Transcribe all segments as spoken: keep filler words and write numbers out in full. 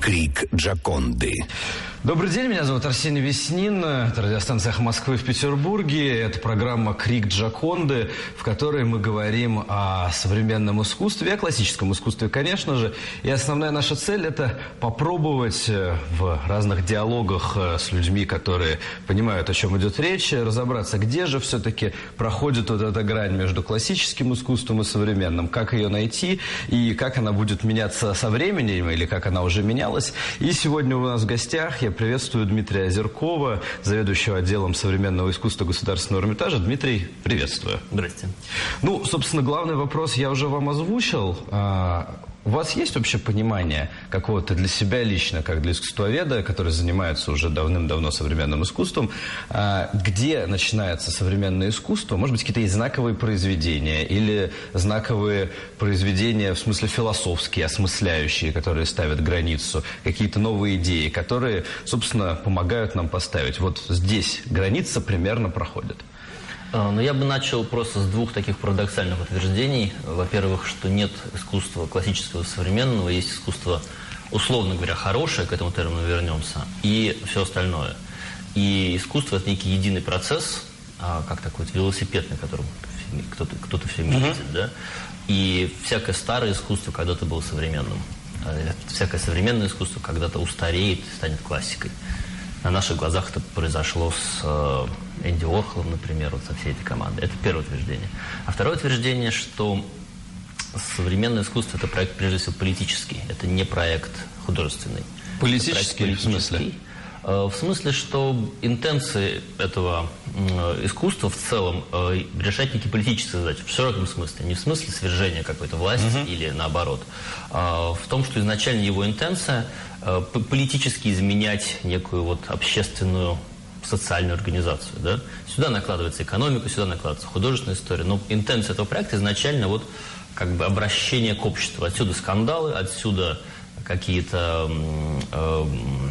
Крик Джоконды. Добрый день, меня зовут Арсений Веснин. Это радиостанция «Эхо Москвы» в Петербурге. Это программа «Крик Джоконды», в которой мы говорим о современном искусстве, о классическом искусстве, конечно же. И основная наша цель – это попробовать в разных диалогах с людьми, которые понимают, о чем идет речь, разобраться, где же все-таки проходит вот эта грань между классическим искусством и современным, как ее найти и как она будет меняться со временем или как она уже менялась. И сегодня у нас в гостях я приветствую Дмитрия Озеркова, заведующего отделом современного искусства Государственного Эрмитажа. Дмитрий, приветствую. Здрасте. Ну, собственно, главный вопрос я уже вам озвучил. У вас есть вообще понимание какого-то для себя лично, как для искусствоведа, который занимается уже давным-давно современным искусством, где начинается современное искусство? Может быть, какие-то есть знаковые произведения или знаковые произведения, в смысле философские, осмысляющие, которые ставят границу, какие-то новые идеи, которые, собственно, помогают нам поставить. Вот здесь граница примерно проходит. Но я бы начал просто с двух таких парадоксальных утверждений. Во-первых, что нет искусства классического современного, есть искусство, условно говоря, хорошее, к этому термину вернемся, и все остальное. И искусство – это некий единый процесс, как такой вот велосипед, на котором кто-то, кто-то все ездит, uh-huh. да? И всякое старое искусство когда-то было современным. Всякое современное искусство когда-то устареет и станет классикой. На наших глазах это произошло с э, Энди Уорхолом, например, вот со всей этой командой. Это первое утверждение. А второе утверждение, что современное искусство – это проект, прежде всего, политический. Это не проект художественный. Политический, проект политический в смысле? Э, в смысле, что интенции этого э, искусства в целом э, решать некие политические задачи. В широком смысле. Не в смысле свержения какой-то власти uh-huh. или наоборот. А в том, что изначально его интенция – политически изменять некую вот общественную социальную организацию. Да? Сюда накладывается экономика, сюда накладывается художественная история. Но интенция этого проекта изначально вот как бы обращение к обществу. Отсюда скандалы, отсюда какие-то э,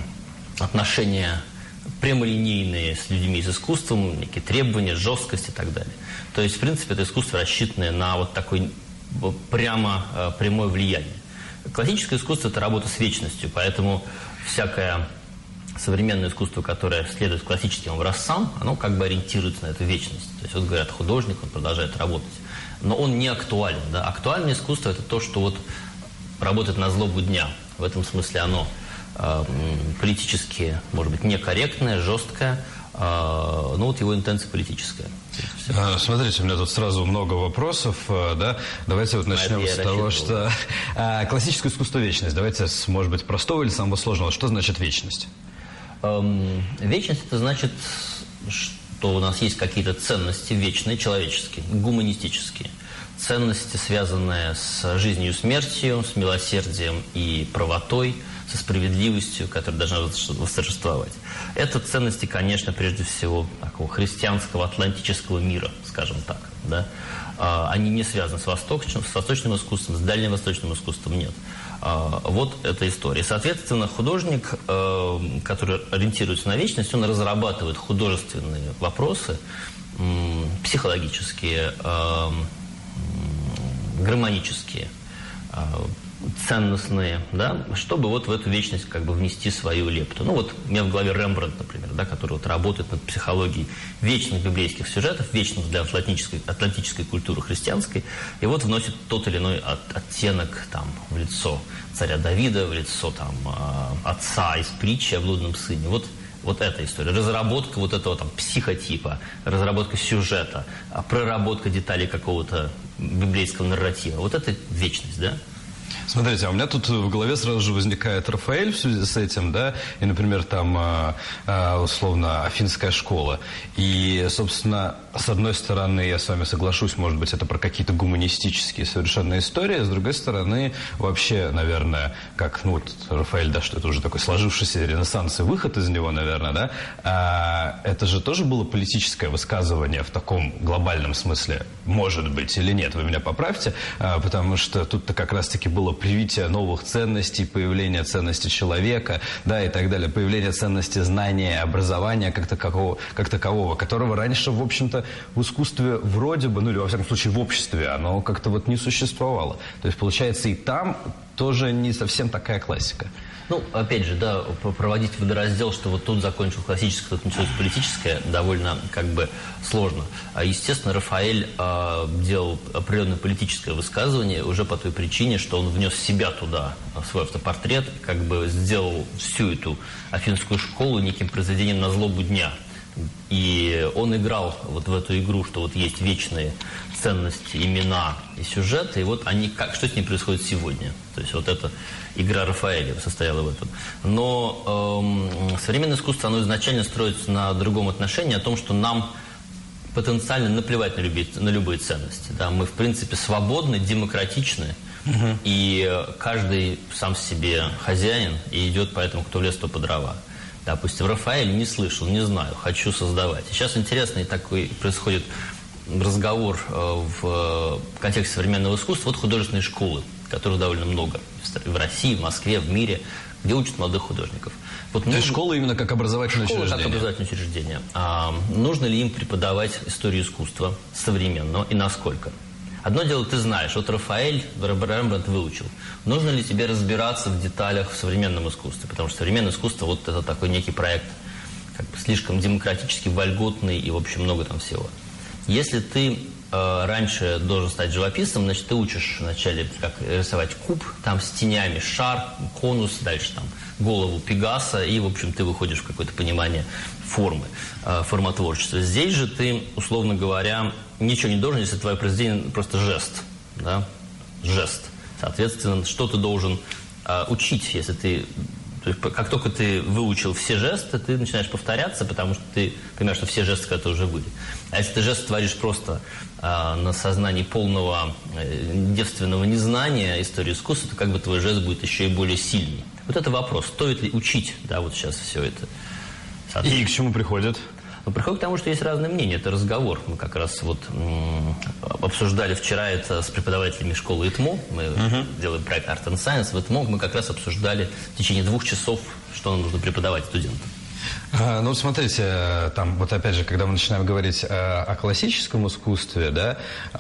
отношения прямолинейные с людьми, с искусством, некие требования, жесткость и так далее. То есть, в принципе, это искусство, рассчитанное на вот такое прямо э, прямое влияние. Классическое искусство – это работа с вечностью, поэтому всякое современное искусство, которое следует классическим образцам, оно как бы ориентируется на эту вечность. То есть, вот говорят, художник, он продолжает работать. Но он не актуален. Да? Актуальное искусство – это то, что вот работает на злобу дня. В этом смысле оно э, политически, может быть, некорректное, жесткое, э, но вот его интенция политическая. Смотрите, у меня тут сразу много вопросов, да. Давайте вот начнем с того, что а, классическое искусство — вечность. Давайте с, может быть, простого или самого сложного. Что значит вечность? Эм, вечность – это значит, что у нас есть какие-то ценности вечные, человеческие, гуманистические. Ценности, связанные с жизнью и смертью, с милосердием и правотой, со справедливостью, которая должна восторжествовать. Это ценности, конечно, прежде всего такого христианского атлантического мира, скажем так. Да? А, они не связаны с восточным, с восточным искусством, с дальневосточным искусством нет. А, вот эта история. Соответственно, художник, э, который ориентируется на вечность, он разрабатывает художественные вопросы, э, психологические, э, гармонические, э, ценностные, да, чтобы вот в эту вечность как бы внести свою лепту. Ну вот у меня в голове Рембрандт, например, да, который вот работает над психологией вечных библейских сюжетов, вечных для атлантической, атлантической культуры христианской, и вот вносит тот или иной от, оттенок там в лицо царя Давида, в лицо там отца из притчи о блудном сыне. Вот, вот эта история. Разработка вот этого там психотипа, разработка сюжета, проработка деталей какого-то библейского нарратива. Вот это вечность, да? Смотрите, а у меня тут в голове сразу же возникает Рафаэль в связи с этим, да, и, например, там, условно, Афинская школа. И, собственно, с одной стороны, я с вами соглашусь, может быть, это про какие-то гуманистические совершенно истории, с другой стороны, вообще, наверное, как, ну, вот Рафаэль, да, что это уже такой сложившийся ренессанс и выход из него, наверное, да, а это же тоже было политическое высказывание в таком глобальном смысле, может быть, или нет, вы меня поправьте, потому что тут-то как раз-таки было привитие новых ценностей, появление ценности человека, да, и так далее, появление ценности знания, образования как такового, как такового, которого раньше, в общем-то, в искусстве вроде бы, ну или во всяком случае в обществе, оно как-то вот не существовало. То есть, получается, и там тоже не совсем такая классика. Ну, опять же, да, проводить водораздел, что вот тут закончил классическое, тут началось политическое, довольно как бы сложно. А, естественно, Рафаэль э, делал определенное политическое высказывание уже по той причине, что он внес себя туда, в свой автопортрет, как бы сделал всю эту афинскую школу неким произведением на злобу дня. И он играл вот в эту игру, что вот есть вечные ценности, имена и сюжеты, и вот они, как, что с ним происходит сегодня. То есть вот эта игра Рафаэля состояла в этом. Но эм, современное искусство, оно изначально строится на другом отношении, о том, что нам потенциально наплевать на любые, на любые ценности. Да? Мы, в принципе, свободны, демократичны, угу. и каждый сам себе хозяин, и идет поэтому, кто в лес, то по дрова. Допустим, Рафаэль не слышал, не знаю, хочу создавать. И сейчас интересный такой происходит разговор в контексте современного искусства. Вот художественные школы, которых довольно много в России, в Москве, в мире, где учат молодых художников. Вот То нужно... есть школы именно как образовательное школы учреждение? как образовательное учреждение. А нужно ли им преподавать историю искусства современного и насколько? Одно дело, ты знаешь, вот Рафаэль, Рембрандт выучил. Нужно ли тебе разбираться в деталях в современном искусстве? Потому что современное искусство, вот это такой некий проект, как бы слишком демократически вольготный и, в общем, много там всего. Если ты э, раньше должен стать живописцем, значит, ты учишь вначале, как рисовать куб, там с тенями шар, конус, дальше там голову Пегаса, и, в общем, ты выходишь в какое-то понимание формы, э, формотворчества. Здесь же ты, условно говоря, ничего не должен, если твое произведение просто жест, да, жест. Соответственно, что ты должен э, учить, если ты, то есть, как только ты выучил все жесты, ты начинаешь повторяться, потому что ты понимаешь, что все жесты когда-то уже были. А если ты жест творишь просто э, на сознании полного э, девственного незнания истории искусства, то как бы твой жест будет еще и более сильный. Вот это вопрос, стоит ли учить, да, вот сейчас все это. И к чему приходит? Но приходит к тому, что есть разные мнения, это разговор. Мы как раз вот м- обсуждали вчера это с преподавателями школы ИТМО. Мы uh-huh. делаем проект Art and Science в ИТМО. Мы как раз обсуждали в течение двух часов, что нам нужно преподавать студентам. А, ну, смотрите, там, вот опять же, когда мы начинаем говорить а, о классическом искусстве, да,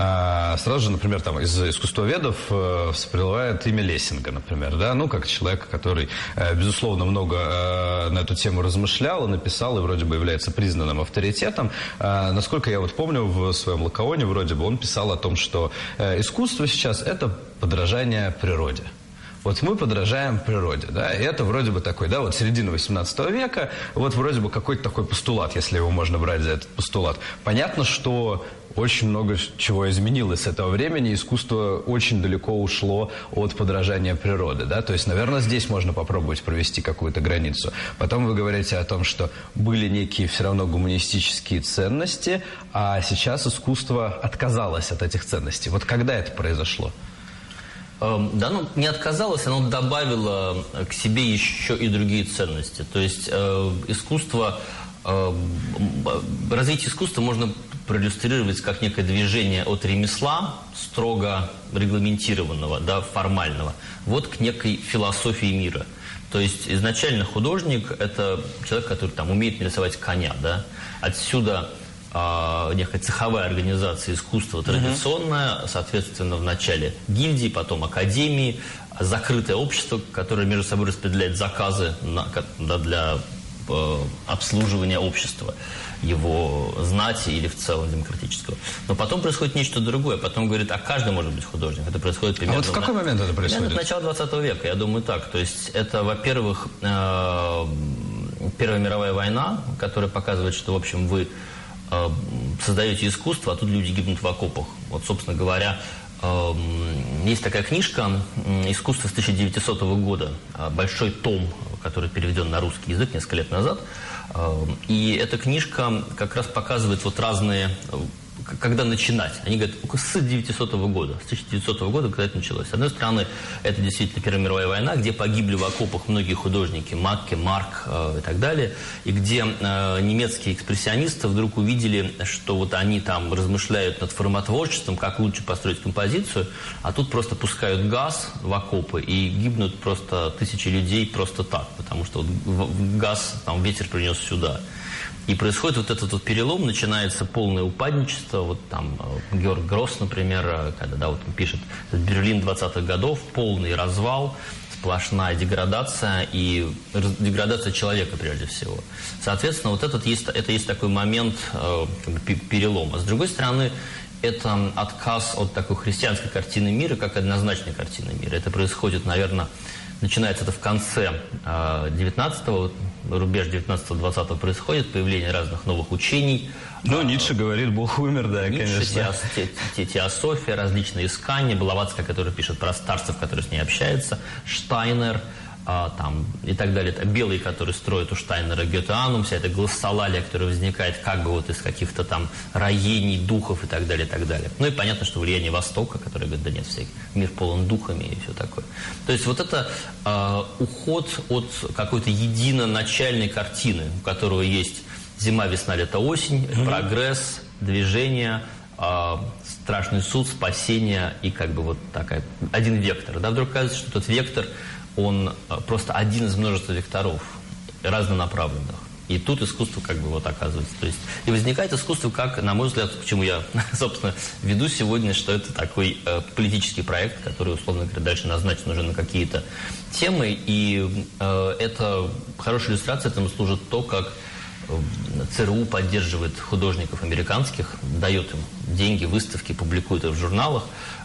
а, сразу же, например, там, из искусствоведов а, всплывает имя Лессинга, например, да, ну, как человека, который, а, безусловно, много а, на эту тему размышлял и написал, и вроде бы является признанным авторитетом. А, насколько я вот помню, в своем Лакаоне, вроде бы, он писал о том, что а, искусство сейчас – это подражание природе. Вот мы подражаем природе, да, и это вроде бы такой, да, вот середина восемнадцатого века, вот вроде бы какой-то такой постулат, если его можно брать за этот постулат. Понятно, что очень много чего изменилось с этого времени, искусство очень далеко ушло от подражания природы, да, то есть, наверное, здесь можно попробовать провести какую-то границу. Потом вы говорите о том, что были некие все равно гуманистические ценности, а сейчас искусство отказалось от этих ценностей. Вот когда это произошло? Да, ну, не отказалось, оно добавило к себе еще и другие ценности. То есть э, искусство, э, развитие искусства можно проиллюстрировать как некое движение от ремесла, строго регламентированного, да, формального, вот к некой философии мира. То есть изначально художник – это человек, который там умеет нарисовать коня, да, отсюда… некая цеховая организация искусства традиционная, uh-huh. соответственно, в начале гильдии, потом академии, закрытое общество, которое между собой распределяет заказы на, да, для э, обслуживания общества, его знати или в целом демократического. Но потом происходит нечто другое. Потом говорит, а каждый может быть художник. Это происходит примерно… А вот в какой на... момент это происходит? Примерно с начала двадцатого века, я думаю, так. То есть это, во-первых, э, Первая мировая война, которая показывает, что, в общем, вы создаете искусство, а тут люди гибнут в окопах. Вот, собственно говоря, есть такая книжка «Искусство» с тысяча девятисотого года, большой том, который переведен на русский язык несколько лет назад. И эта книжка как раз показывает вот разные… Когда начинать? Они говорят, с девятисотого года, с тысяча девятисотого года, когда это началось. С одной стороны, это действительно Первая мировая война, где погибли в окопах многие художники, Макке, Марк э, и так далее, и где э, немецкие экспрессионисты вдруг увидели, что вот они там размышляют над формотворчеством, как лучше построить композицию, а тут просто пускают газ в окопы и гибнут просто тысячи людей просто так, потому что вот газ, там ветер принес сюда. И происходит вот этот вот перелом, начинается полное упадничество, что вот там Георг Гросс, например, когда да, вот он пишет «Берлин двадцатых годов, полный развал, сплошная деградация и деградация человека прежде всего». Соответственно, вот этот есть, это есть такой момент э, как бы перелома. С другой стороны, это отказ от такой христианской картины мира, как однозначной картины мира. Это происходит, наверное, начинается это в конце девятнадцатого, рубеж девятнадцатого-двадцатого происходит, появление разных новых учений. Ну, Ницше говорит, Бог умер, да, Ницше, конечно. Те, те, теософия, различные искания, Блаватская, который пишет про старцев, который с ней общается, Штайнер, а, там, и так далее. Белый, который строит у Штайнера Гёте-Анум, вся эта глоссолалия, которая возникает как бы вот из каких-то там роений, духов и так далее, и так далее. Ну и понятно, что влияние Востока, которое говорит, да нет, всякий мир полон духами и все такое. То есть вот это э, уход от какой-то единоначальной картины, у которого есть зима, весна, лето, осень, mm-hmm. прогресс, движение, э, страшный суд, спасение и как бы вот такая, один вектор. Да, вдруг кажется, что этот вектор он просто один из множества векторов, разнонаправленных. И тут искусство как бы вот оказывается. То есть, и возникает искусство как, на мой взгляд, к чему я, собственно, веду сегодня, что это такой э, политический проект, который, условно говоря, дальше назначен уже на какие-то темы. И э, это хорошая иллюстрация этому служит то, как ЦРУ поддерживает художников американских, дает им деньги, выставки, публикует их в журналах,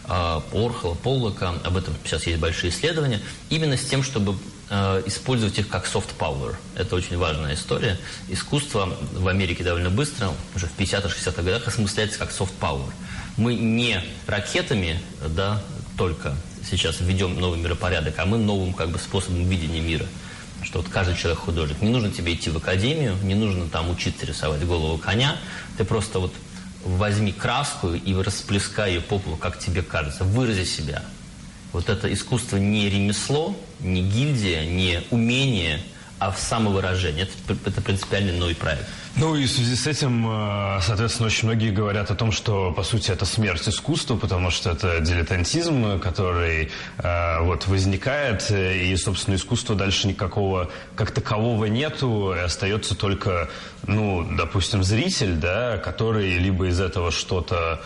Орхола, Поллока, об этом сейчас есть большие исследования, именно с тем, чтобы использовать их как soft power. Это очень важная история. Искусство в Америке довольно быстро, уже в пятидесятых-шестидесятых годах, осмысляется как soft power. Мы не ракетами, да, только сейчас введем новый миропорядок, а мы новым как бы способом видения мира. Что вот каждый человек художник. Не нужно тебе идти в академию, не нужно там учиться рисовать голову коня. Ты просто вот возьми краску и расплескай ее по полу, как тебе кажется. Вырази себя. Вот это искусство не ремесло, не гильдия, не умение, а в самовыражение. Это, это принципиальный новый проект. Ну и в связи с этим, соответственно, очень многие говорят о том, что, по сути, это смерть искусства, потому что это дилетантизм, который э, вот возникает, и, собственно, искусства дальше никакого, как такового нету, и остается только, ну, допустим, зритель, да, который либо из этого что-то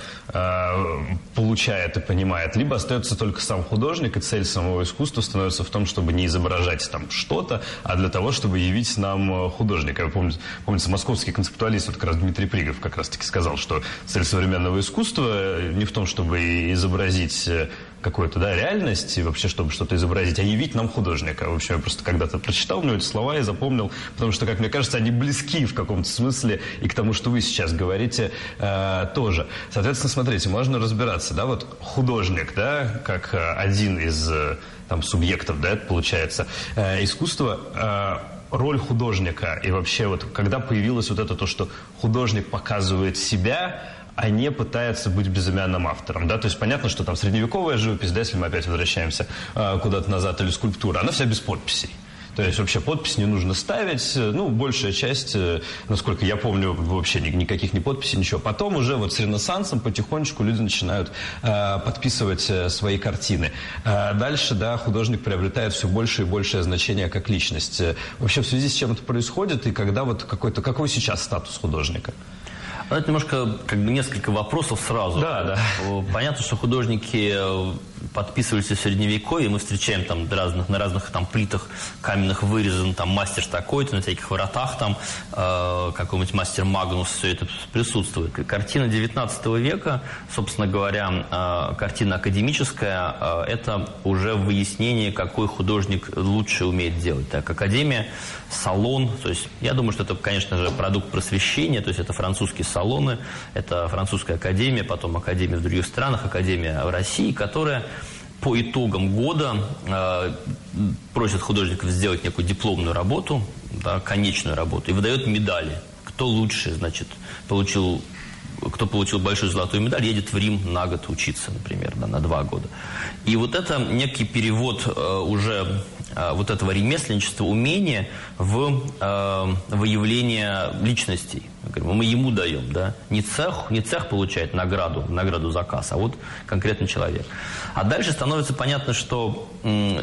э, получает и понимает, либо остается только сам художник, и цель самого искусства становится в том, чтобы не изображать там что-то, а для того, чтобы явить нам художника. Я помню, помнится, московский концептуалист, вот как раз Дмитрий Пригов как раз-таки сказал, что цель современного искусства не в том, чтобы изобразить какую-то, да, реальность и вообще, чтобы что-то изобразить, а явить нам художника. В общем, я просто когда-то прочитал мне эти слова и запомнил, потому что, как мне кажется, они близки в каком-то смысле и к тому, что вы сейчас говорите, э, тоже. Соответственно, смотрите, можно разбираться, да, вот художник, да, как один из там субъектов, да, это получается, э, искусство, э, роль художника и вообще вот когда появилось вот это то, что художник показывает себя, а не пытается быть безымянным автором, да, то есть понятно, что там средневековая живопись, да, если мы опять возвращаемся э, куда-то назад, или скульптура, она вся без подписей. То есть вообще подпись не нужно ставить, ну, большая часть, насколько я помню, вообще никаких ни подписей, ничего. Потом уже вот с Ренессансом потихонечку люди начинают э, подписывать э, свои картины. Э, дальше, да, художник приобретает все больше и большее значение как личность. Вообще в связи с чем это происходит и когда вот какой-то, какой сейчас статус художника? Это немножко, как бы, несколько вопросов сразу. Да, да. Понятно, что художники подписывались в Средневековье, мы встречаем там разных, на разных там плитах каменных вырезан, там мастер такой-то, на всяких воротах там э, какой-нибудь мастер Магнус, все это присутствует. И картина девятнадцатого века, собственно говоря, э, картина академическая, э, это уже выяснение, какой художник лучше умеет делать. Так, академия, салон, то есть я думаю, что это, конечно же, продукт просвещения, то есть это французские салоны, это французская академия, потом академия в других странах, академия в России, которая по итогам года э, просит художников сделать некую дипломную работу, да, конечную работу, и выдает медали. Кто лучше, значит, получил, кто получил большую золотую медаль, едет в Рим на год учиться, например, да, на два года. И вот это некий перевод э, уже э, вот этого ремесленничества, умения в э, выявление личностей. Мы ему даем, да, не цех, не цех получает награду, награду заказ, а вот конкретный человек. А дальше становится понятно, что м,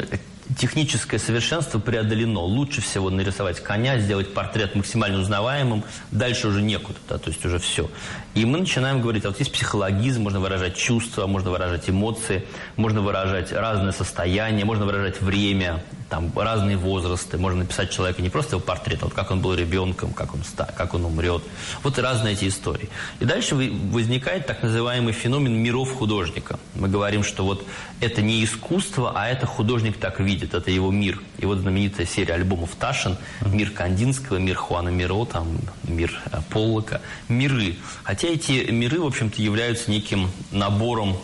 техническое совершенство преодолено. Лучше всего нарисовать коня, сделать портрет максимально узнаваемым, дальше уже некуда, да, то есть уже все. И мы начинаем говорить, а вот есть психологизм, можно выражать чувства, можно выражать эмоции, можно выражать разное состояние, можно выражать время, там, разные возрасты, можно написать человека не просто его портрет, а вот как он был ребенком, как он, как он умрет. Вот и разные эти истории. И дальше возникает так называемый феномен миров художника. Мы говорим, что вот это не искусство, а это художник так видит, это его мир. И вот знаменитая серия альбомов Ташин, мир Кандинского, мир Хуана Миро, там, мир Поллока, миры. Хотя эти миры, в общем-то, являются неким набором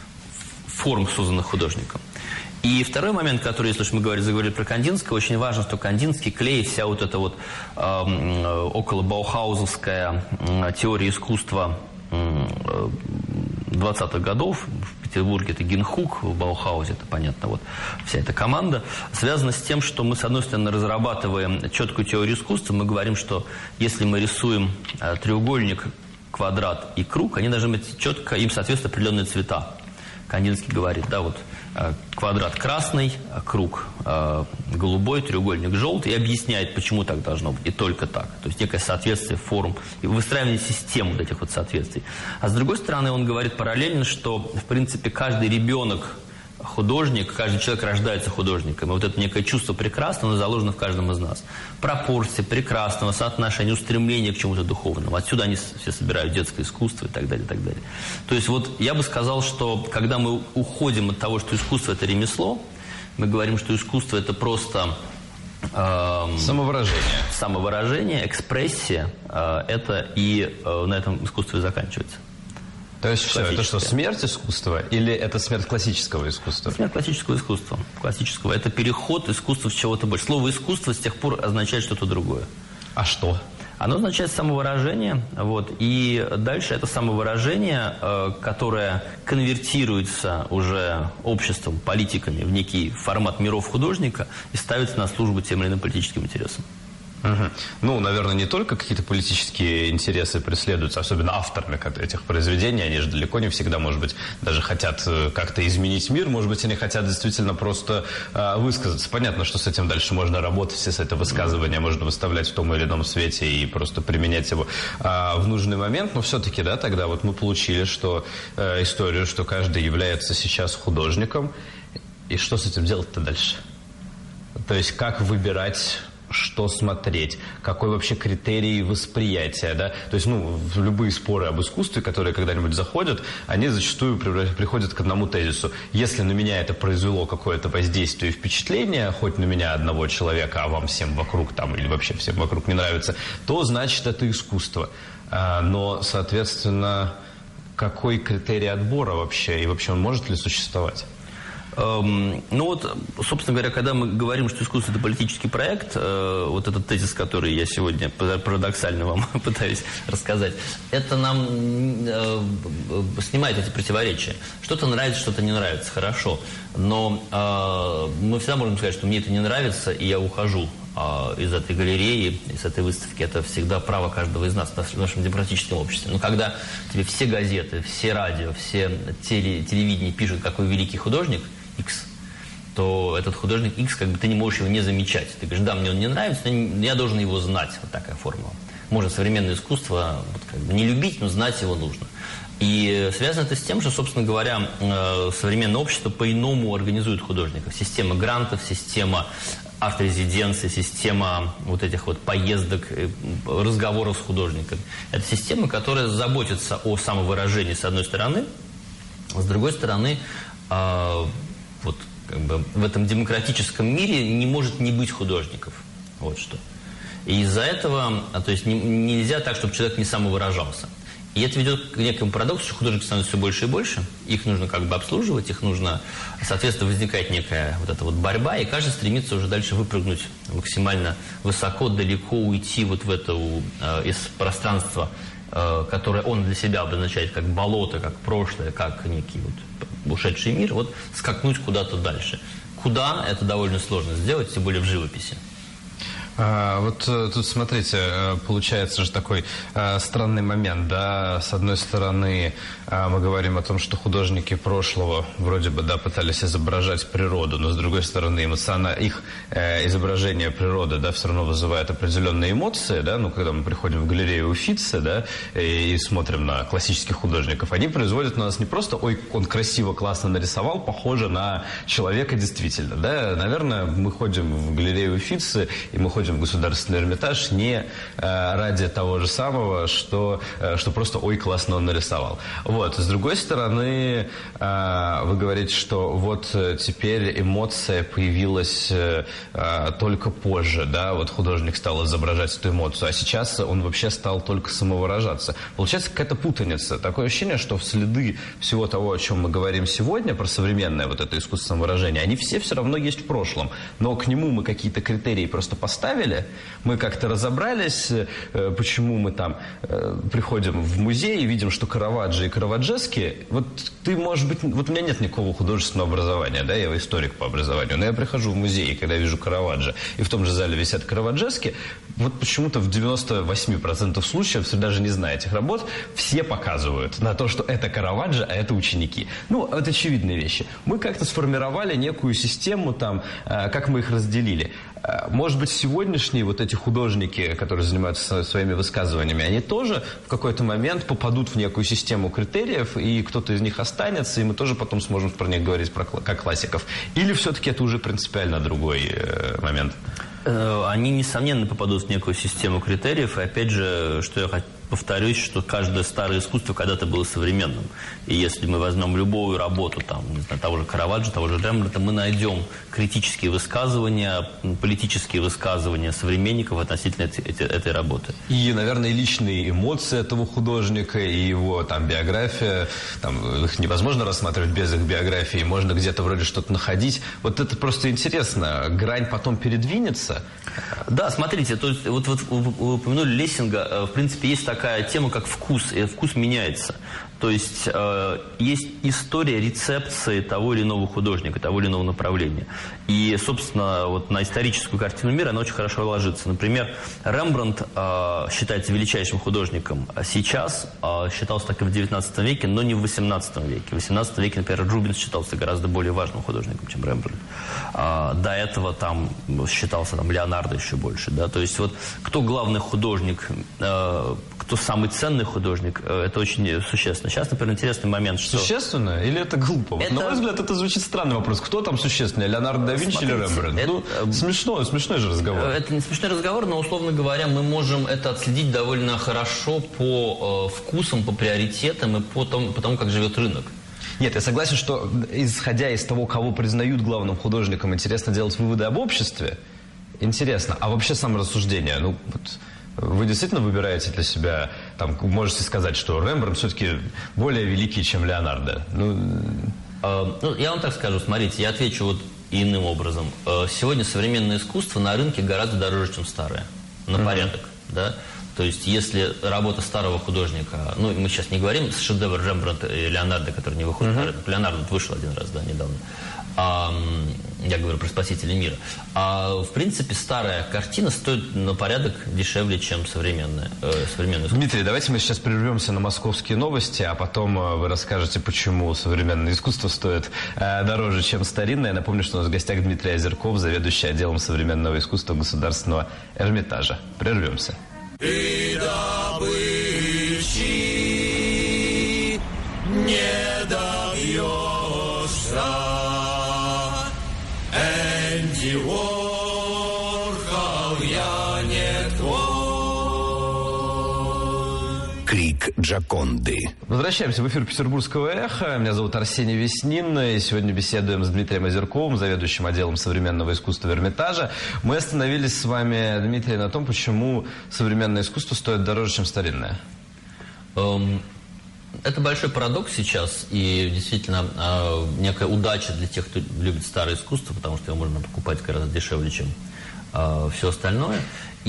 форм, созданных художником. И второй момент, который, если уж мы говорили, заговорили про Кандинского, очень важно, что Кандинский, Клей, вся вот эта вот э, около баухаузовская э, теория искусства э, двадцатых годов, в Петербурге это Гинхук, в Баухаузе это, понятно, вот вся эта команда, связана с тем, что мы, с одной стороны, разрабатываем четкую теорию искусства, мы говорим, что если мы рисуем э, треугольник, квадрат и круг, они должны быть четко, им соответствуют определенные цвета. Кандинский говорит, да, вот квадрат красный, круг э, голубой, треугольник желтый, и объясняет, почему так должно быть, и только так. То есть некое соответствие форм, и выстраивание системы вот этих вот соответствий. А с другой стороны, он говорит параллельно, что, в принципе, каждый ребенок художник, каждый человек рождается художником. И вот это некое чувство прекрасного заложено в каждом из нас. Пропорции прекрасного, соотношения, устремления к чему-то духовному. Отсюда они все собирают детское искусство и так далее, и так далее. То есть вот я бы сказал, что когда мы уходим от того, что искусство – это ремесло, мы говорим, что искусство – это просто… Эм, самовыражение. Самовыражение, экспрессия э, – это и э, на этом искусство и заканчивается. То есть все, это что, смерть искусства или это смерть классического искусства? Смерть классического искусства. Классического. Это переход искусства в чего-то больше. Слово «искусство» с тех пор означает что-то другое. А что? Оно означает самовыражение. Вот, и дальше это самовыражение, э, которое конвертируется уже обществом, политиками в некий формат миров художника и ставится на службу тем или иным политическим интересам. Угу. Ну, наверное, не только какие-то политические интересы преследуются, особенно авторами этих произведений, они же далеко не всегда, может быть, даже хотят как-то изменить мир, может быть, они хотят действительно просто э, высказаться. Понятно, что с этим дальше можно работать, все с это высказывание можно выставлять в том или ином свете и просто применять его э, в нужный момент, но все-таки, да, тогда вот мы получили, что э, историю, что каждый является сейчас художником, и что с этим делать-то дальше? То есть, как выбирать… Что смотреть, какой вообще критерий восприятия, да, то есть, ну, любые споры об искусстве, которые когда-нибудь заходят, они зачастую приходят к одному тезису. Если на меня это произвело какое-то воздействие и впечатление, хоть на меня одного человека, а вам всем вокруг там, или вообще всем вокруг не нравится, то, значит, это искусство. Но, соответственно, какой критерий отбора вообще, и вообще он может ли существовать? Эм, ну вот, собственно говоря, когда мы говорим, что искусство – это политический проект, э, вот этот тезис, который я сегодня парадоксально вам пытаюсь рассказать, это нам э, снимает эти противоречия. Что-то нравится, что-то не нравится, хорошо. Но э, мы всегда можем сказать, что мне это не нравится, и я ухожу э, из этой галереи, из этой выставки. Это всегда право каждого из нас в нашем демократическом обществе. Но когда тебе все газеты, все радио, все теле, телевидение пишут, какой великий художник – X, то этот художник X, как бы ты не можешь его не замечать. Ты говоришь, да, мне он не нравится, но я должен его знать. Вот такая формула. Можно современное искусство вот, как бы не любить, но знать его нужно. И связано это с тем, что, собственно говоря, современное общество по-иному организует художников. Система грантов, система арт-резиденции, система вот этих вот поездок, разговоров с художниками. Это система, которая заботится о самовыражении, с одной стороны, с другой стороны, вот как бы в этом демократическом мире не может не быть художников. Вот что. И из-за этого, то есть не, нельзя так, чтобы человек не самовыражался. И это ведет к некому парадоксу, что художников становится все больше и больше. Их нужно как бы обслуживать, их нужно… Соответственно, возникает некая вот эта вот борьба, и каждый стремится уже дальше выпрыгнуть максимально высоко, далеко уйти вот в это э, из пространства, э, которое он для себя обозначает как болото, как прошлое, как некий вот ушедший мир, вот скакнуть куда-то дальше. Куда, это довольно сложно сделать, тем более в живописи. А, вот тут, смотрите, получается же такой а, странный момент, да, с одной стороны а, мы говорим о том, что художники прошлого вроде бы, да, пытались изображать природу, но с другой стороны эмоционально, их э, изображение природы, да, все равно вызывает определенные эмоции, да, ну, когда мы приходим в галерею Уффици, да, и, и смотрим на классических художников, они производят на нас не просто, ой, он красиво, классно нарисовал, похоже на человека действительно, да, наверное, мы ходим в галерею Уффици, и мы ходим в Государственный Эрмитаж не э, ради того же самого, что, э, что просто, ой, классно он нарисовал. Вот, с другой стороны, э, вы говорите, что вот теперь эмоция появилась э, э, только позже, да, вот художник стал изображать эту эмоцию, а сейчас он вообще стал только самовыражаться. Получается какая-то путаница. Такое ощущение, что в следы всего того, о чем мы говорим сегодня, про современное вот это искусство самовыражения, они все все равно есть в прошлом. Но к нему мы какие-то критерии просто поставили, мы как-то разобрались, э, почему мы там э, приходим в музей и видим, что Караваджо и Караваджески, вот ты, может быть, вот у меня нет никакого художественного образования, да, я историк по образованию, но я прихожу в музей, и когда я вижу Караваджо, и в том же зале висят Караваджески, вот почему-то в девяноста восьми процентах случаев, даже не зная этих работ, все показывают на то, что это Караваджо, а это ученики. Ну, это очевидные вещи. Мы как-то сформировали некую систему, там, как мы их разделили. Может быть, сегодняшние вот эти художники, которые занимаются своими высказываниями, они тоже в какой-то момент попадут в некую систему критериев, и кто-то из них останется, и мы тоже потом сможем про них говорить про, как классиков. Или все-таки это уже принципиально другой э, момент? Они, несомненно, попадут в некую систему критериев, и опять же, что я хочу повторюсь, что каждое старое искусство когда-то было современным. И если мы возьмем любую работу, там, не знаю, того же Караваджо, того же Рембрандта, мы найдем критические высказывания, политические высказывания современников относительно эти, эти, этой работы. И, наверное, личные эмоции этого художника, и его там биография, там, их невозможно рассматривать без их биографии, можно где-то вроде что-то находить. Вот это просто интересно. Грань потом передвинется? Да, смотрите, то есть, вот, вот вы упомянули Лессинга, в принципе, есть такая такая тема, как вкус, и вкус меняется. То есть э, есть история рецепции того или иного художника, того или иного направления. И, собственно, вот на историческую картину мира она очень хорошо ложится. Например, Рембрандт э, считается величайшим художником. А сейчас э, считался так и в девятнадцатом веке, но не в восемнадцатом веке. В восемнадцатом веке, например, Рубенс считался гораздо более важным художником, чем Рембрандт. Э, до этого там считался там, Леонардо еще больше. Да? То есть вот кто главный художник, э, кто самый ценный художник, э, это очень существенно. Сейчас, например, интересный момент, что... Существенно или это глупо? Вот, это... на мой взгляд, это звучит странный вопрос. Кто там существеннее, Леонардо да Винчи или Рембрандт? Это... Ну, смешно, смешной же разговор. Это не смешной разговор, но, условно говоря, мы можем это отследить довольно хорошо по э, вкусам, по приоритетам и по тому, по тому, как живет рынок. Нет, я согласен, что, исходя из того, кого признают главным художником, интересно делать выводы об обществе. Интересно. А вообще саморассуждение, ну, вот... Вы действительно выбираете для себя, там, можете сказать, что Рембрандт все-таки более великий, чем Леонардо? Ну... Э, ну, я вам так скажу, смотрите, я отвечу вот иным образом. Э, сегодня современное искусство на рынке гораздо дороже, чем старое. На mm-hmm. порядок, да? То есть, если работа старого художника, ну, мы сейчас не говорим с шедевр Рембрандта и Леонардо, который не выходит mm-hmm. на рынок. Леонардо вышел один раз, да, недавно. А, я говорю про «Спасителя мира». А, в принципе, старая картина стоит на порядок дешевле, чем современная. Э, современная. Дмитрий, давайте мы сейчас прервемся на московские новости, а потом вы расскажете, почему современное искусство стоит э, дороже, чем старинное. Я напомню, что у нас в гостях Дмитрий Озерков, заведующий отделом современного искусства Государственного Эрмитажа. Прервемся. И добычи не добьешься. Энди Уорхол, я не твой. Крик Джоконды. Возвращаемся в эфир Петербургского эхо. Меня зовут Арсений Веснин. И сегодня беседуем с Дмитрием Озерковым, заведующим отделом современного искусства Эрмитажа. Мы остановились с вами, Дмитрий, на том, почему современное искусство стоит дороже, чем старинное. Um... Это большой парадокс сейчас, и действительно э, некая удача для тех, кто любит старое искусство, потому что его можно покупать гораздо дешевле, чем э, все остальное.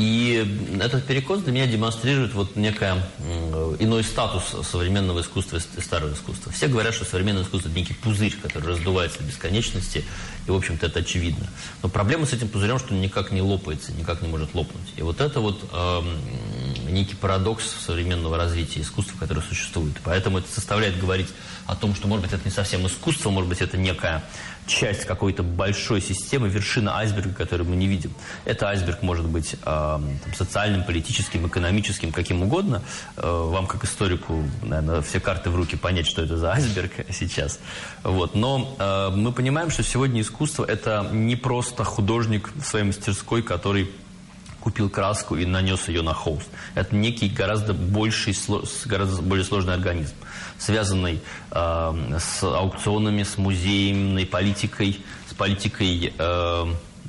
И этот перекос для меня демонстрирует вот некий иной статус современного искусства и старого искусства. Все говорят, что современное искусство – это некий пузырь, который раздувается до бесконечности, и, в общем-то, это очевидно. Но проблема с этим пузырем, что он никак не лопается, никак не может лопнуть. И вот это вот э, некий парадокс современного развития искусства, который существует. Поэтому это заставляет говорить о том, что, может быть, это не совсем искусство, может быть, это некая часть какой-то большой системы, вершина айсберга, которую мы не видим. Это айсберг может быть э, там, социальным, политическим, экономическим, каким угодно. Э, вам, как историку, наверное, все карты в руки понять, что это за айсберг сейчас. Вот. Но э, мы понимаем, что сегодня искусство – это не просто художник в своей мастерской, который купил краску и нанес ее на холст. Это некий гораздо больший, гораздо более сложный организм, связанный э, с аукционами, с музейной политикой, с политикой э,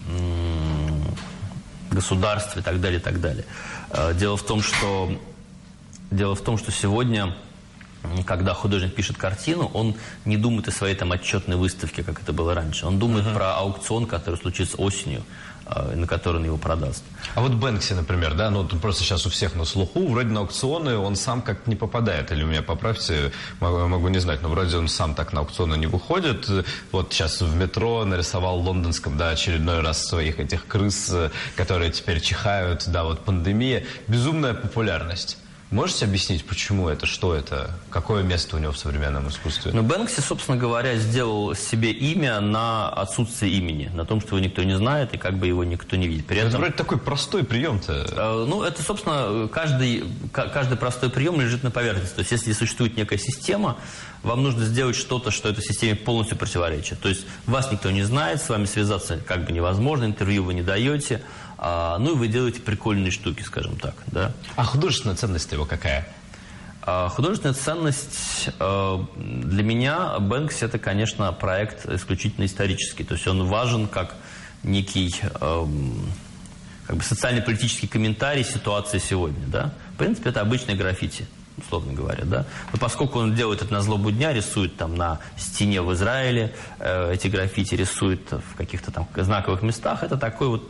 э, государства и так далее, и так далее. Э, дело в том, что, дело в том, что сегодня, когда художник пишет картину, он не думает о своей там отчетной выставке, как это было раньше. Он думает uh-huh. про аукцион, который случится осенью, на который он его продаст. А вот Бэнкси, например, да, ну, просто сейчас у всех на слуху, вроде на аукционы он сам как-то не попадает, или у меня поправьте, могу, могу не знать, но вроде он сам так на аукционы не выходит. Вот сейчас в метро нарисовал в лондонском, да, очередной раз своих этих крыс, которые теперь чихают, да, вот пандемия, безумная популярность. Можете объяснить, почему это, что это, какое место у него в современном искусстве? Ну, Бэнкси, собственно говоря, сделал себе имя на отсутствии имени, на том, что его никто не знает и как бы его никто не видит. При этом, это вроде такой простой прием-то. Э, ну, это, собственно, каждый, каждый простой прием лежит на поверхности. То есть, если существует некая система, вам нужно сделать что-то, что этой системе полностью противоречит. То есть, вас никто не знает, с вами связаться как бы невозможно, интервью вы не даете. А, ну и вы делаете прикольные штуки, скажем так, да. А художественная ценность его какая? А, художественная ценность а, для меня Бэнкси это, конечно, проект исключительно исторический. То есть он важен как некий а, как бы социально-политический комментарий ситуации сегодня, да. В принципе, это обычное граффити, условно говоря, да. Но поскольку он делает это на злобу дня, рисует там на стене в Израиле, э, эти граффити рисует в каких-то там знаковых местах, это такой вот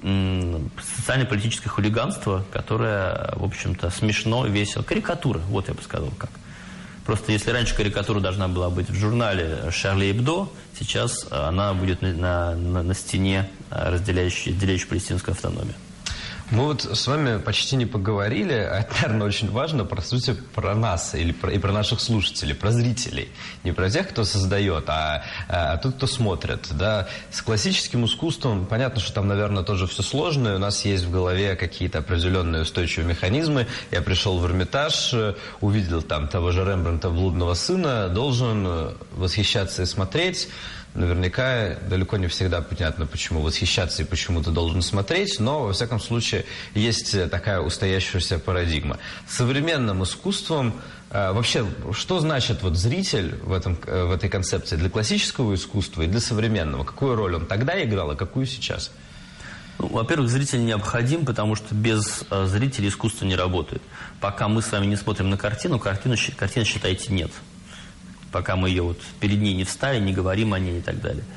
социально-политическое хулиганство, которое, в общем-то, смешно, весело. Карикатура, вот я бы сказал как. Просто если раньше карикатура должна была быть в журнале «Шарли Эбдо», сейчас она будет на, на, на стене, разделяющей, разделяющей палестинскую автономию. Мы вот с вами почти не поговорили, а это, наверное, очень важно, по сути, про нас или про, и про наших слушателей, про зрителей. Не про тех, кто создает, а, а тот, кто смотрит. Да. С классическим искусством, понятно, что там, наверное, тоже все сложно. У нас есть в голове какие-то определенные устойчивые механизмы. Я пришел в Эрмитаж, увидел там того же Рембрандта «Блудного сына», должен восхищаться и смотреть. Наверняка далеко не всегда понятно, почему восхищаться и почему ты должен смотреть, но, во всяком случае, есть такая устоявшаяся парадигма. С современным искусством э, вообще, что значит вот зритель в, этом, э, в этой концепции для классического искусства и для современного? Какую роль он тогда играл, а какую сейчас? Ну, во-первых, зритель необходим, потому что без э, зрителя искусство не работает. Пока мы с вами не смотрим на картину, картину, картина, считайте, нет. Пока мы ее вот перед ней не встали, не говорим о ней и так далее.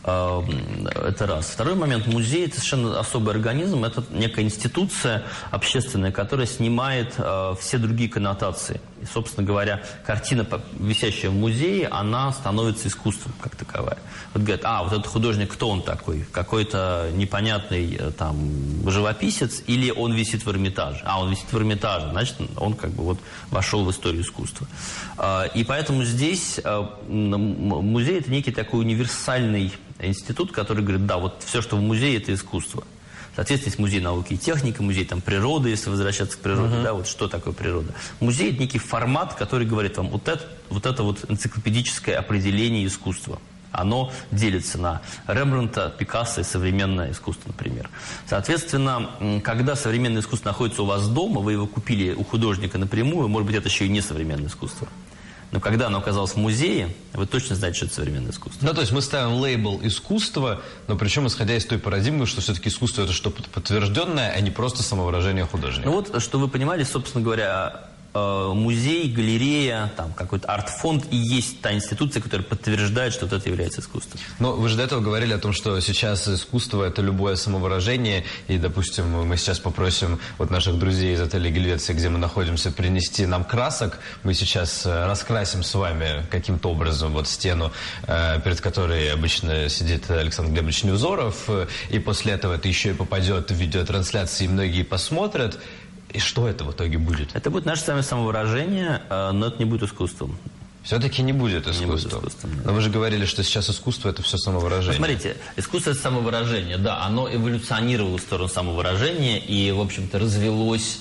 Это раз. Второй момент. Музей – это совершенно особый организм. Это некая институция общественная, которая снимает все другие коннотации. И, собственно говоря, картина, висящая в музее, она становится искусством как таковая. Вот говорят, а, вот этот художник, кто он такой? Какой-то непонятный там живописец или он висит в Эрмитаже? А, он висит в Эрмитаже, значит, он как бы вот вошел в историю искусства. И поэтому здесь музей – это некий такой универсальный институт, который говорит, да, вот все, что в музее, это искусство. Соответственно, есть музей науки и техники, музей там природы, если возвращаться к природе, uh-huh. да, вот что такое природа. Музей – это некий формат, который говорит вам, вот это, вот это вот энциклопедическое определение искусства. Оно делится на Рембрандта, Пикассо и современное искусство, например. Соответственно, когда современное искусство находится у вас дома, вы его купили у художника напрямую, может быть, это еще и не современное искусство. Но когда оно оказалось в музее, вы точно знаете, что это современное искусство. Ну, то есть мы ставим лейбл «искусство», но причем исходя из той парадигмы, что все-таки искусство – это что-то подтвержденное, а не просто самовыражение художника. Ну вот, что вы понимали, собственно говоря, э, музей, галерея, там какой-то арт-фонд и есть та институция, которая подтверждает, что вот это является искусством. Но вы же до этого говорили о том, что сейчас искусство – это любое самовыражение, и, допустим, мы сейчас попросим вот наших друзей из отеля «Гельвеция», где мы находимся, принести нам красок. Мы сейчас раскрасим с вами каким-то образом вот стену, перед которой обычно сидит Александр Глебович Невзоров, и после этого это еще и попадет в видеотрансляции, и многие посмотрят. И что это в итоге будет? Это будет наше с вами самовыражение, но это не будет искусством. Все-таки не будет искусством. Не будет искусством, да. Но вы же говорили, что сейчас искусство – это все самовыражение. Ну, смотрите, искусство – это самовыражение, да, оно эволюционировало в сторону самовыражения и, в общем-то, развелось,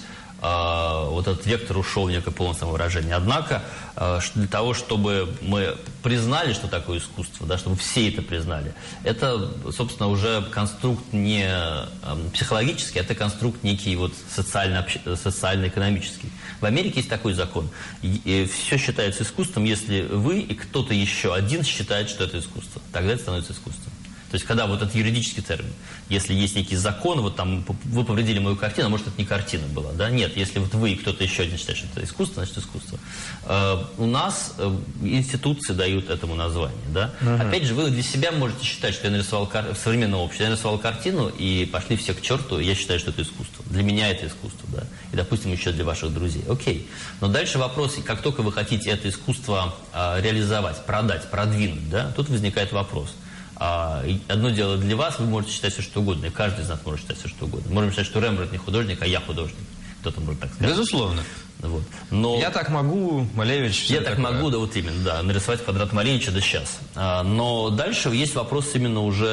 э, вот этот вектор ушел в некое полное самовыражение. Однако, э, для того, чтобы мы признали, что такое искусство, да, чтобы все это признали, это, собственно, уже конструкт не э, психологический, это конструкт некий вот социально, социально-экономический. В Америке есть такой закон. И, и все считается искусством, если вы и кто-то еще один считает, что это искусство. Тогда это становится искусством. То есть, когда вот этот юридический термин, если есть некий закон, вот там вы повредили мою картину, а может, это не картина была, да? Нет, если вот вы и кто-то еще один считает, что это искусство, значит, искусство. Э, у нас э, институции дают этому название, да? Uh-huh. Опять же, вы для себя можете считать, что я нарисовал кар... в современном обществе, я нарисовал картину, и пошли все к черту, и я считаю, что это искусство. Для меня это искусство, да? И, допустим, еще для ваших друзей. Окей. Но дальше вопрос, как только вы хотите это искусство э, реализовать, продать, продвинуть, да? Тут возникает вопрос. А, одно дело для вас, вы можете считать все, что угодно, и каждый из нас может считать все, что угодно. Можем считать, что Рембрандт не художник, а я художник. Кто-то может так сказать. Безусловно. Вот. Но я так могу, Малевич... Я так такое. могу, да, вот именно, да, нарисовать квадрат Малевича, да, сейчас. А, но дальше есть вопрос именно уже,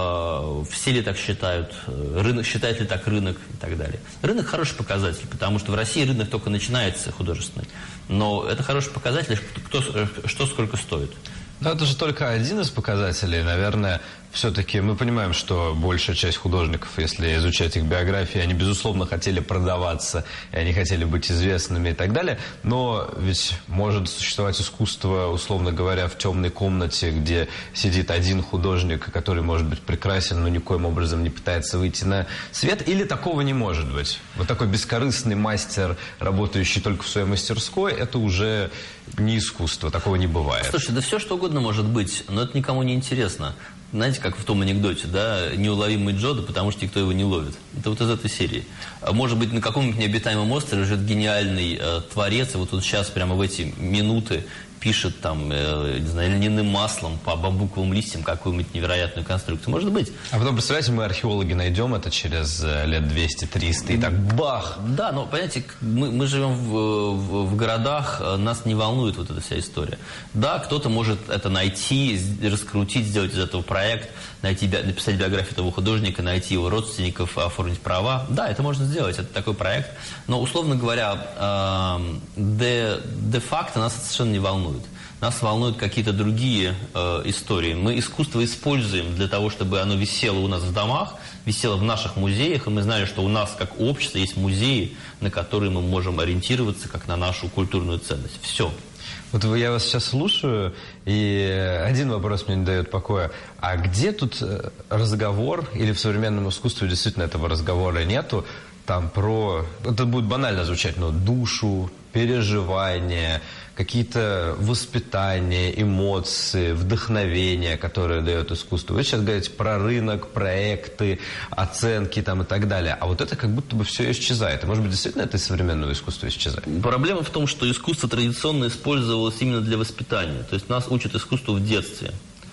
а, все ли так считают, рынок, считает ли так рынок и так далее. Рынок хороший показатель, потому что в России рынок только начинается художественный. Но это хороший показатель, кто, что сколько стоит. Но это же только один из показателей. Наверное, все-таки мы понимаем, что большая часть художников, если изучать их биографии, они, безусловно, хотели продаваться, и они хотели быть известными и так далее. Но ведь может существовать искусство, условно говоря, в темной комнате, где сидит один художник, который может быть прекрасен, но никоим образом не пытается выйти на свет. Или такого не может быть. Вот такой бескорыстный мастер, работающий только в своей мастерской, это уже не искусство. Такого не бывает. Слушай, да все что угодно может быть, но это никому не интересно. Знаете, как в том анекдоте, да, неуловимый Джо, да потому что никто его не ловит. Это вот из этой серии. Может быть, на каком-нибудь необитаемом острове живет гениальный э, творец, и вот он сейчас прямо в эти минуты пишет там, э, не знаю, льняным маслом по бамбуковым листьям какую-нибудь невероятную конструкцию. Может быть. А потом, представляете, мы, археологи, найдем это через лет двести-триста, и так бах! Да, но, понимаете, мы, мы живем в, в, в городах, нас не волнует вот эта вся история. Да, кто-то может это найти, раскрутить, сделать из этого проект, найти, написать биографию этого художника, найти его родственников, оформить права. Да, это можно сделать, это такой проект. Но, условно говоря, э, де, де-факто нас это совершенно не волнует. Нас волнуют какие-то другие э, истории. Мы искусство используем для того, чтобы оно висело у нас в домах, висело в наших музеях, и мы знали, что у нас, как общество, есть музеи, на которые мы можем ориентироваться как на нашу культурную ценность. Все. Вот я вас сейчас слушаю, и один вопрос мне не дает покоя. А где тут разговор, или в современном искусстве действительно этого разговора нету, там про, это будет банально звучать, но душу, переживания, какие-то воспитания, эмоции, вдохновения, которые дает искусство. Вы сейчас говорите про рынок, проекты, оценки там и так далее. А вот это как будто бы все исчезает. И, может быть, действительно это из современного искусства исчезает? Проблема в том, что искусство традиционно использовалось именно для воспитания. То есть нас учат искусству в детстве.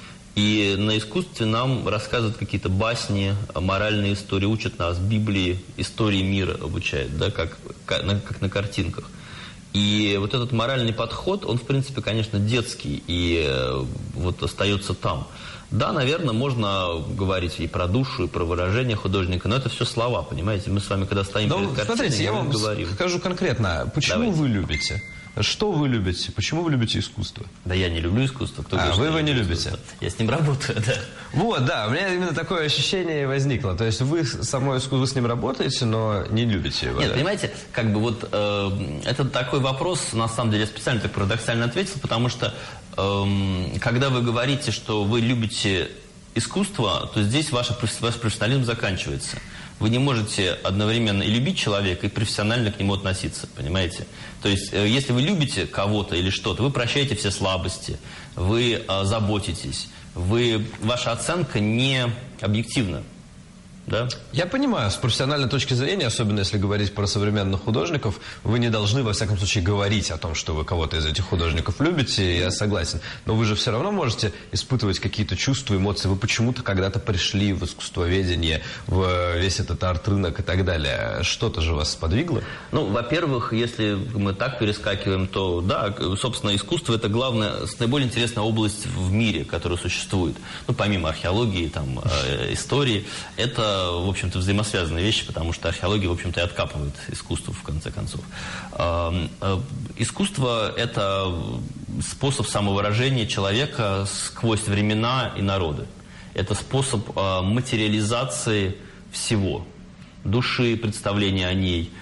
И на искусстве нам рассказывают какие-то басни, моральные истории, учат нас Библии, истории мира обучают, да, как, как, на, как на картинках. И вот этот моральный подход, он, в принципе, конечно, детский и э, вот остается там. Да, наверное, можно говорить и про душу, и про выражение художника, но это все слова, понимаете? Мы с вами, когда стоим но, перед картиной, смотрите, я вам говорим. скажу конкретно, почему Давайте. вы любите? Что вы любите? Почему вы любите искусство? Да я не люблю искусство. Кто а, говорит, вы его не любит любите? Искусство? Я с ним работаю, да. Вот, да, у меня именно такое ощущение возникло. То есть вы само искусство, вы с ним работаете, но не любите его. Нет, да? понимаете, как бы вот э, это такой вопрос, на самом деле, я специально так парадоксально ответил, потому что э, когда вы говорите, что вы любите искусство, то здесь ваш, ваш профессионализм заканчивается. Вы не можете одновременно и любить человека, и профессионально к нему относиться, понимаете? То есть, если вы любите кого-то или что-то, вы прощаете все слабости, вы а, заботитесь, вы, ваша оценка не объективна. Да? Я понимаю, с профессиональной точки зрения, особенно если говорить про современных художников, вы не должны, во всяком случае, говорить о том, что вы кого-то из этих художников любите, я согласен. Но вы же все равно можете испытывать какие-то чувства, эмоции. Вы почему-то когда-то пришли в искусствоведение, в весь этот арт-рынок и так далее. Что-то же вас сподвигло? Ну, во-первых, если мы так перескакиваем, то, да, собственно, искусство – это главная, наиболее интересная область в мире, которая существует. Ну, помимо археологии, там, э, истории, это в общем-то, взаимосвязанные вещи, потому что археология, в общем-то, и откапывает искусство, в конце концов. Искусство – это способ самовыражения человека сквозь времена и народы. Это способ материализации всего. Души, представления о ней,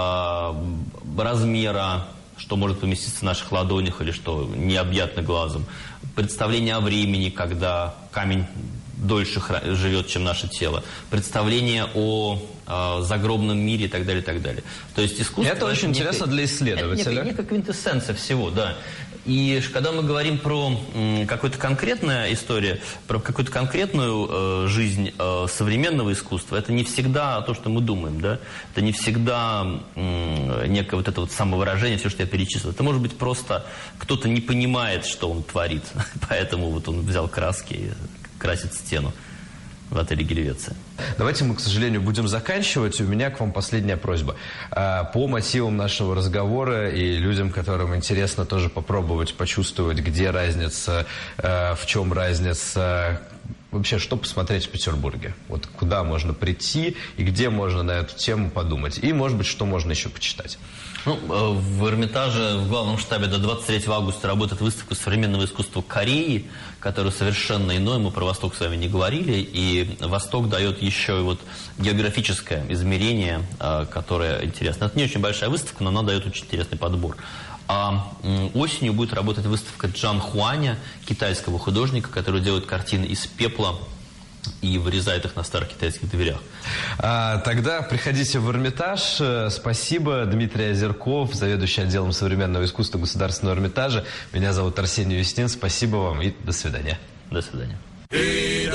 размера, что может поместиться в наших ладонях или что необъятно глазом. Представление о времени, когда камень дольше живет, чем наше тело. Представление о э, загробном мире и так далее, и так далее. То есть искусство... Это очень некая, интересно для исследователя. Это некая, некая квинтэссенция всего, да. И когда мы говорим про м, какую-то конкретную историю, про какую-то конкретную э, жизнь э, современного искусства, это не всегда то, что мы думаем, да. Это не всегда м, некое вот это вот самовыражение, все, что я перечислил. Это может быть просто кто-то не понимает, что он творит, поэтому вот он взял краски и красит стену в отеле «Гельвеция». Давайте мы, к сожалению, будем заканчивать. У меня к вам последняя просьба. По мотивам нашего разговора и людям, которым интересно тоже попробовать почувствовать, где разница, в чем разница, вообще, что посмотреть в Петербурге? Вот куда можно прийти и где можно на эту тему подумать? И, может быть, что можно еще почитать? Ну, в Эрмитаже, в главном штабе до двадцать третьего августа работает выставка современного искусства Кореи, которая совершенно иной. Мы про Восток с вами не говорили. И Восток дает еще и вот географическое измерение, которое интересно. Это не очень большая выставка, но она дает очень интересный подбор. А осенью будет работать выставка Джан Хуаня, китайского художника, который делает картины из пепла и вырезает их на старых китайских дверях. А, тогда приходите в Эрмитаж. Спасибо. Дмитрий Озерков, заведующий отделом современного искусства Государственного Эрмитажа. Меня зовут Арсений Вестин. Спасибо вам и до свидания. До свидания. И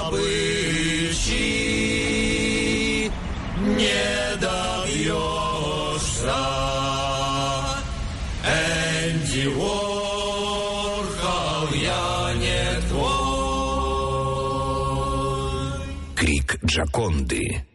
добычи не добьешься. Энди Уорхол, я не твой. Крик Джоконды.